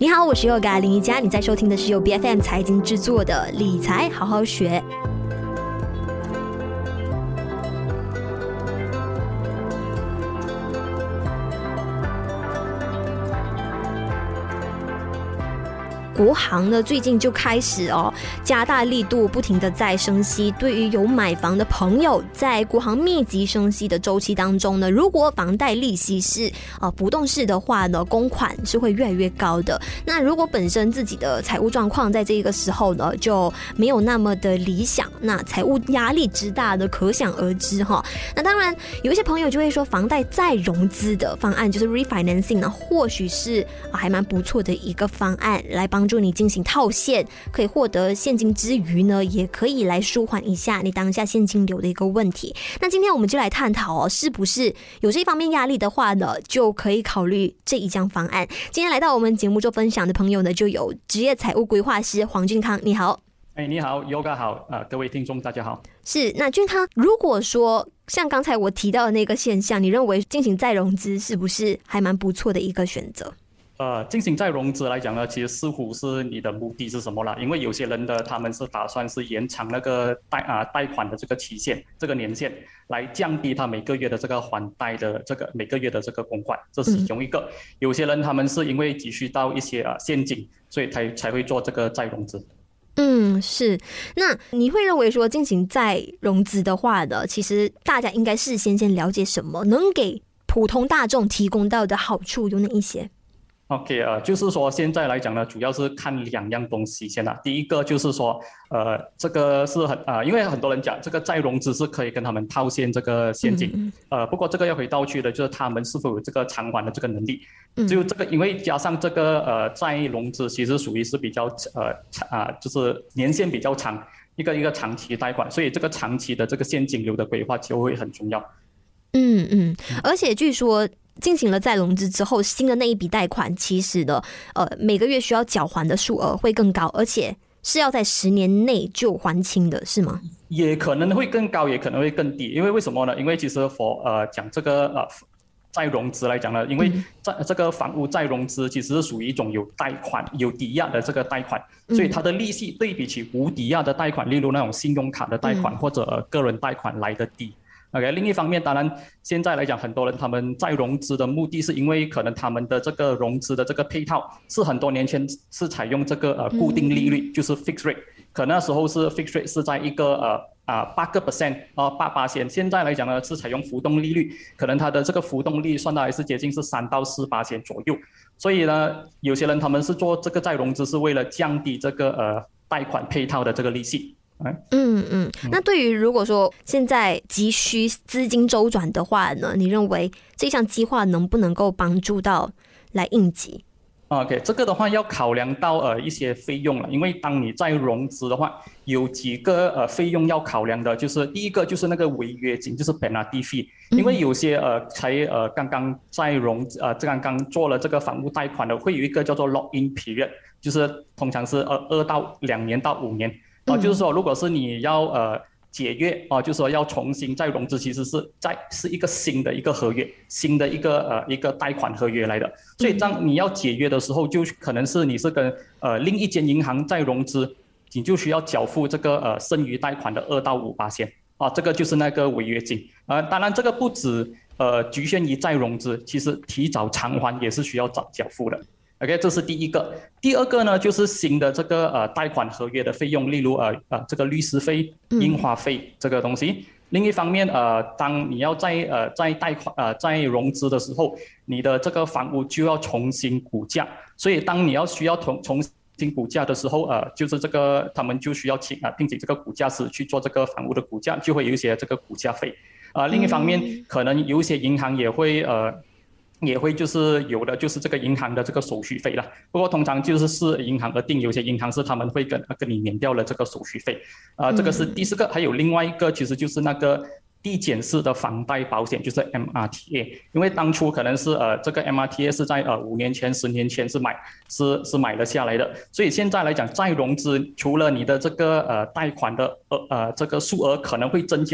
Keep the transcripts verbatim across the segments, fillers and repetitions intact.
你好，我是Yoga林一佳，你在收听的是由 B F M 财经制作的理财好好学。国行呢最近就开始哦加大力度，不停的在升息。对于有买房的朋友，在国行密集升息的周期当中呢，如果房贷利息是呃不动式的话呢，公款是会越来越高的。那如果本身自己的财务状况在这个时候呢就没有那么的理想，那财务压力之大的可想而知哈。那当然有一些朋友就会说，房贷再融资的方案就是 refinancing 呢，或许是、呃、还蛮不错的一个方案，来帮助你进行套现，可以获得现金之余呢，也可以来舒缓一下你当下现金流的一个问题。那今天我们就来探讨哦，是不是有这方面压力的话呢，就可以考虑这一项方案。今天来到我们节目做分享的朋友呢，就有职业财务规划师黄俊康，你好。 哎，你好 ，Yoga 好，呃，各位听众大家好。 是，那俊康，如果说像刚才我提到的那个现象，你认为进行再融资是不是还蛮不错的一个选择？ 呃，进行再融资来讲呢，其实似乎是你的目的是什么啦？因为有些人的他们是打算是延长那个贷啊贷款的这个期限，这个年限，来降低他每个月的这个还贷的这个每个月的这个公款，这是其中一个。嗯、有些人他们是因为急需到一些啊现金，所以才才会做这个再融资。 嗯，是。那你会认为说进行再融资的话呢，其实大家应该事先先了解什么，能给普通大众提供到的好处有哪一些 ？OK， 呃，就是说现在来讲呢，主要是看两样东西先啦。第一个就是说，呃，这个是很啊、呃，因为很多人讲这个再融资是可以跟他们套现这个现金，嗯、呃，不过这个要回到去的就是他们是否有这个偿还的这个能力。嗯、就这个，因为加上这个呃再融资其实属于是比较呃啊、呃，就是年限比较长，一个一个长期贷款，所以这个长期的这个现金流的规划就会很重要。 嗯嗯，而且据说进行了再融资之后，新的那一笔贷款其实呢，呃，每个月需要缴还的数额会更高，而且是要在十年内就还清的，是吗？ 也可能会更高，也可能会更低，因为为什么呢？因为其实 for 呃讲这个呃再融资来讲呢，因为在这个房屋再融资其实是属于一种有贷款、有抵押的这个贷款，所以它的利息对比起无抵押的贷款，例如那种信用卡的贷款或者个人贷款来得低。OK， 另一方面，当然现在来讲，很多人他们再融资的目的是因为可能他们的这个融资的这个配套是很多年前是采用这个呃固定利率，就是 fixed rate， 可那时候是 fixed rate 是在一个呃啊八个 percent 啊八八线，现在来讲呢是采用浮动利率，可能它的这个浮动率算到还是接近是三到四八线左右，所以呢，有些人他们是做这个再融资是为了降低这个呃贷款配套的这个利息。 嗯嗯，那对于如果说现在急需资金周转的话呢，你认为这项计划能不能够帮助到来应急？ OK， 这个的话要考量到呃一些费用了，因为当你再融资的话，有几个呃费用要考量的，就是第一个就是那个违约金，就是 penalty fee， 因为有些呃才呃刚刚再融呃刚刚做了这个房屋贷款的，会有一个叫做 lock in period， 就是通常是呃二到两年到五年。啊、呃，就是说，如果是你要呃解约啊、呃，就是说要重新再融资，其实是在是一个新的一个合约，新的一个呃一个贷款合约来的。所以当你要解约的时候，就可能是你是跟呃另一间银行再融资，你就需要缴付这个呃剩余贷款的二到五%啊，这个就是那个违约金。呃，当然这个不止呃局限于再融资，其实提早偿还也是需要缴缴付的。OK， 这是第一个。第二个呢，就是新的这个呃贷款合约的费用，例如呃呃这个律师费、印花费这个东西。嗯、另一方面，呃，当你要在呃在贷款呃在融资的时候，你的这个房屋就要重新估价，所以当你要需要重重新估价的时候，呃，就是这个他们就需要请啊、呃、聘请这个估价师去做这个房屋的估价，就会有一些这个估价费。啊、呃，另一方面，嗯、可能有一些银行也会呃。也会就是有的就是这个银行的这个手续费了，不过通常就是视银行而定，有些银行是他们会跟跟你免掉了这个手续费，啊、呃，这个是第四个，还有另外一个其实就是那个递减式的房贷保险，就是 M R T A， 因为当初可能是呃这个 M R T A 是在呃五年前、十年前是买是是买了下来的，所以现在来讲再融资，除了你的这个呃贷款的呃呃这个数额可能会增加。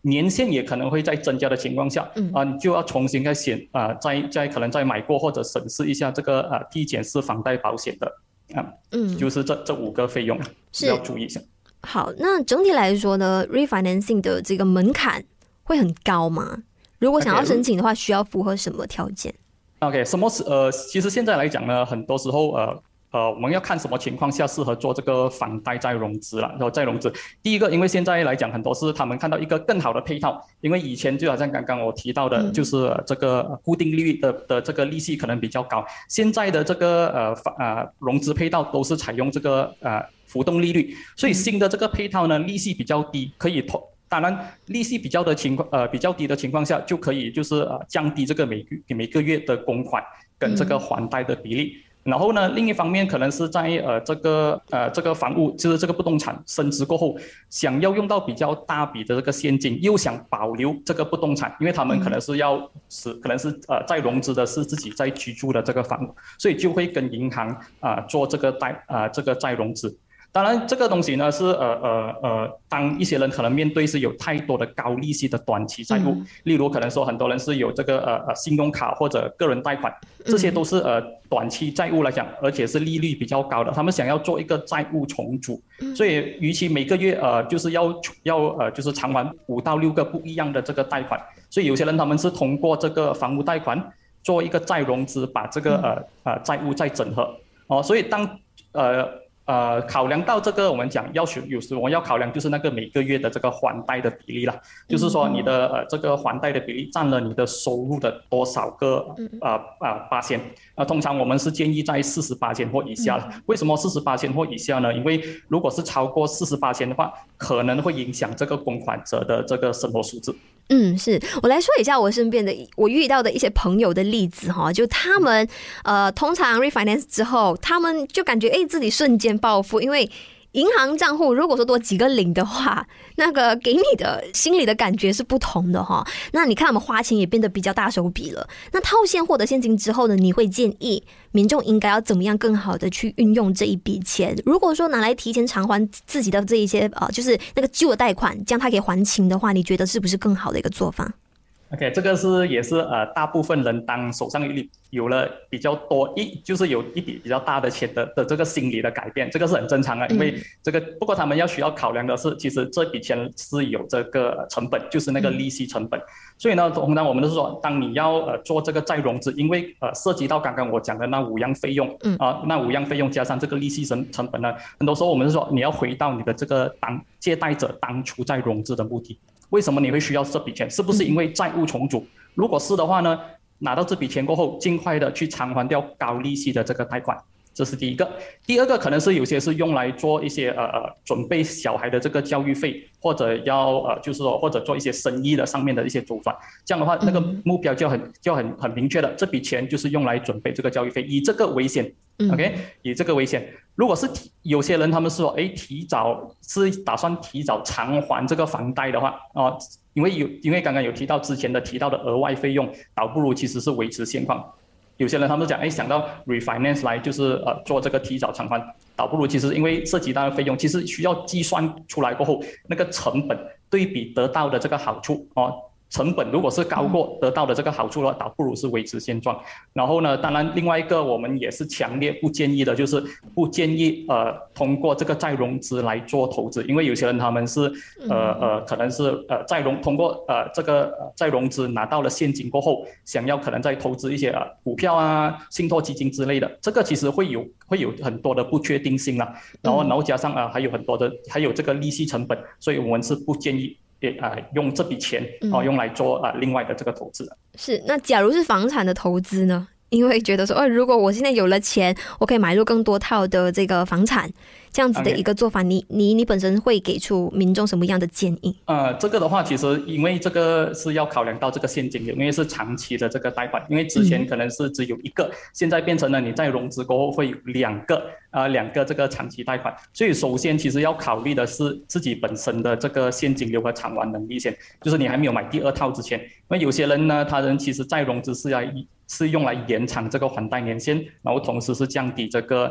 年限也可能会在增加的情况下，嗯啊、呃，你就要重新再选啊、呃，再再可能再买过或者审视一下这个呃递减式房贷保险的啊，嗯，就是这这五个费用要注意一下。 好，那整体来说呢 ，refinancing 的这个门槛会很高吗？如果想要申请的话， okay, 需要符合什么条件 ？OK， 什么是呃，其实现在来讲呢，很多时候呃。呃，我们要看什么情况下适合做这个房贷再融资了。然后再融资，第一个，因为现在来讲，很多是他们看到一个更好的配套，因为以前就好像刚刚我提到的，就是这个固定利率的的这个利息可能比较高，现在的这个呃呃融资配套都是采用这个呃浮动利率，所以新的这个配套呢，利息比较低，可以投。当然，利息比较的情况，呃，比较低的情况下，就可以就是呃降低这个每每个月的供款跟这个还贷的比例。嗯然后呢，另一方面可能是在呃这个呃这个房屋，就是这个不动产升值过后，想要用到比较大笔的这个现金，又想保留这个不动产，因为他们可能是要是、嗯、可能是呃在融资的是自己在居住的这个房屋，所以就会跟银行啊、呃、做这个贷啊、呃、这个再融资。当然，这个东西呢是呃呃呃，当一些人可能面对是有太多的高利息的短期债务，嗯、例如可能说很多人是有这个呃呃信用卡或者个人贷款，这些都是呃短期债务来讲，而且是利率比较高的，他们想要做一个债务重组，嗯、所以与其每个月呃就是要要呃就是偿还五到六个不一样的这个贷款，所以有些人他们是通过这个房屋贷款做一个再融资，把这个呃呃债务再整合哦，所以当呃。呃，考量到这个，我们讲要求有时我们要考量就是那个每个月的这个还贷的比例啦，嗯、就是说你的呃这个还贷的比例占了你的收入的多少个呃呃八仙，呃通常我们是建议在四十八仙或以下了。嗯、为什么四十八仙或以下呢？因为如果是超过四十八仙的话，可能会影响这个供款者的这个生活素质。 嗯，是我来说一下我身边的我遇到的一些朋友的例子哈，就他们呃通常 refinance 之后，他们就感觉哎自己瞬间暴富，因为银行账户如果说多几个零的话，那个给你的心里的感觉是不同的哈。那你看他们花钱也变得比较大手笔了。那套现获得现金之后呢，你会建议民众应该要怎么样更好的去运用这一笔钱？如果说拿来提前偿还自己的这一些呃，就是那个旧的贷款，这样它可以还清的话，你觉得是不是更好的一个做法？ OK， 这个是也是呃大部分人当手上有了比较多一就是有一笔比较大的钱的的这个心理的改变，这个是很正常的，因为这个不过他们要需要考量的是，其实这笔钱是有这个成本，就是那个利息成本。所以呢，通常我们都是说，当你要呃做这个再融资，因为呃涉及到刚刚我讲的那五样费用，啊、呃、那五样费用加上这个利息成成本呢，很多时候我们是说你要回到你的这个当借贷者当初在融资的目的。为什么你会需要这笔钱？是不是因为债务重组？如果是的话呢，拿到这笔钱过后，尽快的去偿还掉高利息的这个贷款，这是第一个。第二个可能是有些是用来做一些呃呃准备小孩的这个教育费，或者要呃就是说或者做一些生意的上面的一些周转。这样的话，那个目标就很就很很明确了，这笔钱就是用来准备这个教育费，以这个为先。OK， 以这个为先。如果是有些人他们说，哎，提早是打算提早偿还这个房贷的话，啊、呃，因为有因为刚刚有提到之前的提到的额外费用，倒不如其实是维持现况。有些人他们讲，哎，想到 refinance 来就是呃做这个提早偿还，倒不如其实因为涉及到的费用，其实需要计算出来过后，那个成本对比得到的这个好处哦。成本如果是高过得到的这个好处的话，倒不如是维持现状。然后呢，当然另外一个我们也是强烈不建议的，就是不建议呃通过这个再融资来做投资，因为有些人他们是呃呃可能是呃再融通过呃这个再融资拿到了现金过后，想要可能再投资一些呃股票啊、信托基金之类的，这个其实会有会有很多的不确定性啦。然后然后加上啊、呃、还有很多的还有这个利息成本，所以我们是不建议。呃、用这笔钱、呃、用来做、呃、另外的这个投资。 是，那假如是房产的投资呢？因为觉得说，哦，如果我现在有了钱，我可以买入更多套的这个房产，这样子的一个做法， okay. 你你你本身会给出民众什么样的建议？ 呃，这个的话，其实因为这个是要考量到这个现金流，因为是长期的这个贷款，因为之前可能是只有一个，嗯、现在变成了你在融资过后会有两个，呃，两个这个长期贷款，所以首先其实要考虑的是自己本身的这个现金流和偿还能力先，就是你还没有买第二套之前，因为有些人呢，他人其实在融资是要是用来延长这个还贷年限，然后同时是降低这个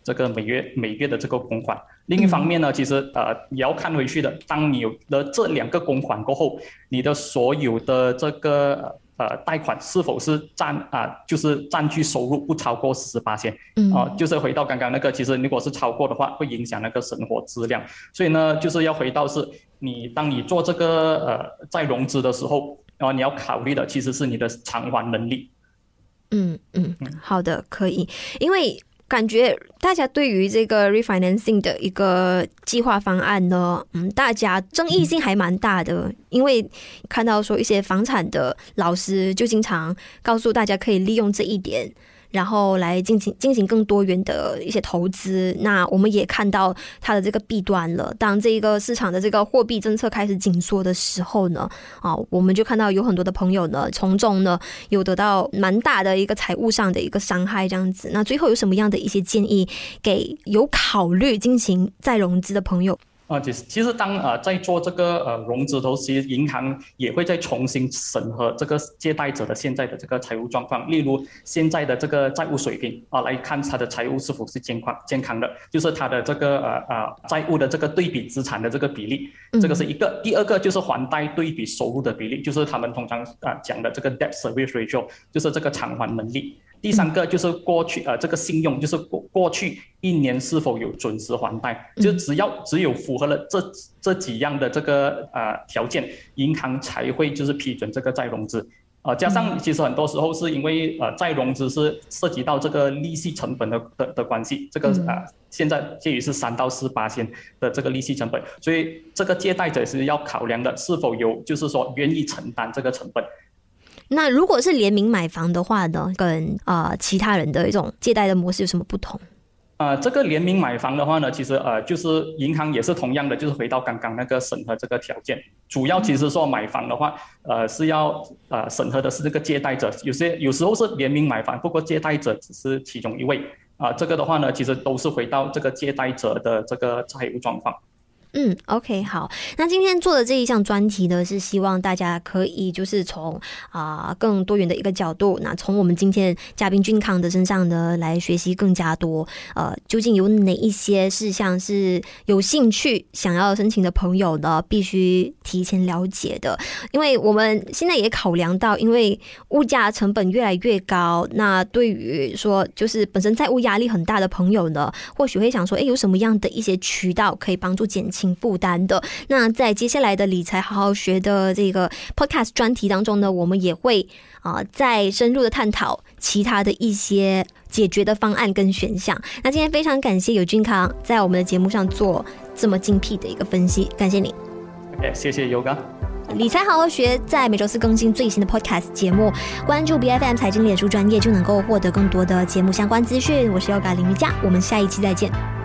这个每月每月的这个供款。另一方面呢，其实呃也要看回去的，当你有了这两个供款过后，你的所有的这个呃贷款是否是占啊、呃、就是占据收入不超过十八%，嗯啊、呃、就是回到刚刚那个，其实如果是超过的话，会影响那个生活质量。所以呢，就是要回到是你当你做这个呃再融资的时候，然后你要考虑的其实是你的偿还能力。 嗯嗯，好的，可以，因为感觉大家对于这个 refinancing 的一个计划方案呢，嗯，大家争议性还蛮大的，因为看到说一些房产的老师就经常告诉大家可以利用这一点，然后来进行进行更多元的一些投资。那我们也看到它的这个弊端了。当这个市场的这个货币政策开始紧缩的时候呢，啊，我们就看到有很多的朋友呢，从中呢有得到蛮大的一个财务上的一个伤害，这样子。那最后有什么样的一些建议给有考虑进行再融资的朋友？ 啊，其实其实当呃在做这个呃融资的时候，其实银行也会再重新审核这个借贷者的现在的这个财务状况，例如现在的这个债务水平啊，来看他的财务是否是健康健康的，就是他的这个呃呃债务的这个对比资产的这个比例，这个是一个。嗯、第二个就是还贷对比收入的比例，就是他们通常啊讲的这个 debt service ratio， 就是这个偿还能力。第三个就是过去呃这个信用，就是过过去一年是否有准时还贷，就只要只有符合了这这几样的这个呃条件，银行才会就是批准这个再融资。呃，加上其实很多时候是因为呃再融资是涉及到这个利息成本的的的关系，这个呃现在介于是三到四八千的这个利息成本，所以这个借贷者是要考量的是否有就是说愿意承担这个成本。 那如果是联名买房的话呢，跟呃其他人的一种借贷的模式有什么不同？ 呃，这个联名买房的话呢，其实呃就是银行也是同样的，就是回到刚刚那个审核这个条件，主要其实说买房的话，呃是要呃审核的是这个借贷者，有些有时候是联名买房，不过借贷者只是其中一位啊、呃，这个的话呢，其实都是回到这个借贷者的这个财务状况。 嗯 ，OK， 好。那今天做的这一项专题呢，是希望大家可以就是从啊、呃、更多元的一个角度，那从我们今天嘉宾俊康的身上呢来学习更加多。呃，究竟有哪一些事项是有兴趣想要申请的朋友呢，必须提前了解的？因为我们现在也考量到，因为物价成本越来越高，那对于说就是本身债务压力很大的朋友呢，或许会想说，哎，有什么样的一些渠道可以帮助减轻负担的？那在接下来的理财好好学的这个 podcast 专题当中呢，我们也会啊、呃、再深入的探讨其他的一些解决的方案跟选项。那今天非常感谢有俊康在我们的节目上做这么精辟的一个分析，感谢你。 Okay, 谢谢 Yoga。 理财好好学在每周四更新最新的 podcast 节目，关注 B F M 财经脸书专页就能够获得更多的节目相关资讯。我是 Yoga 林瑜伽，我们下一期再见。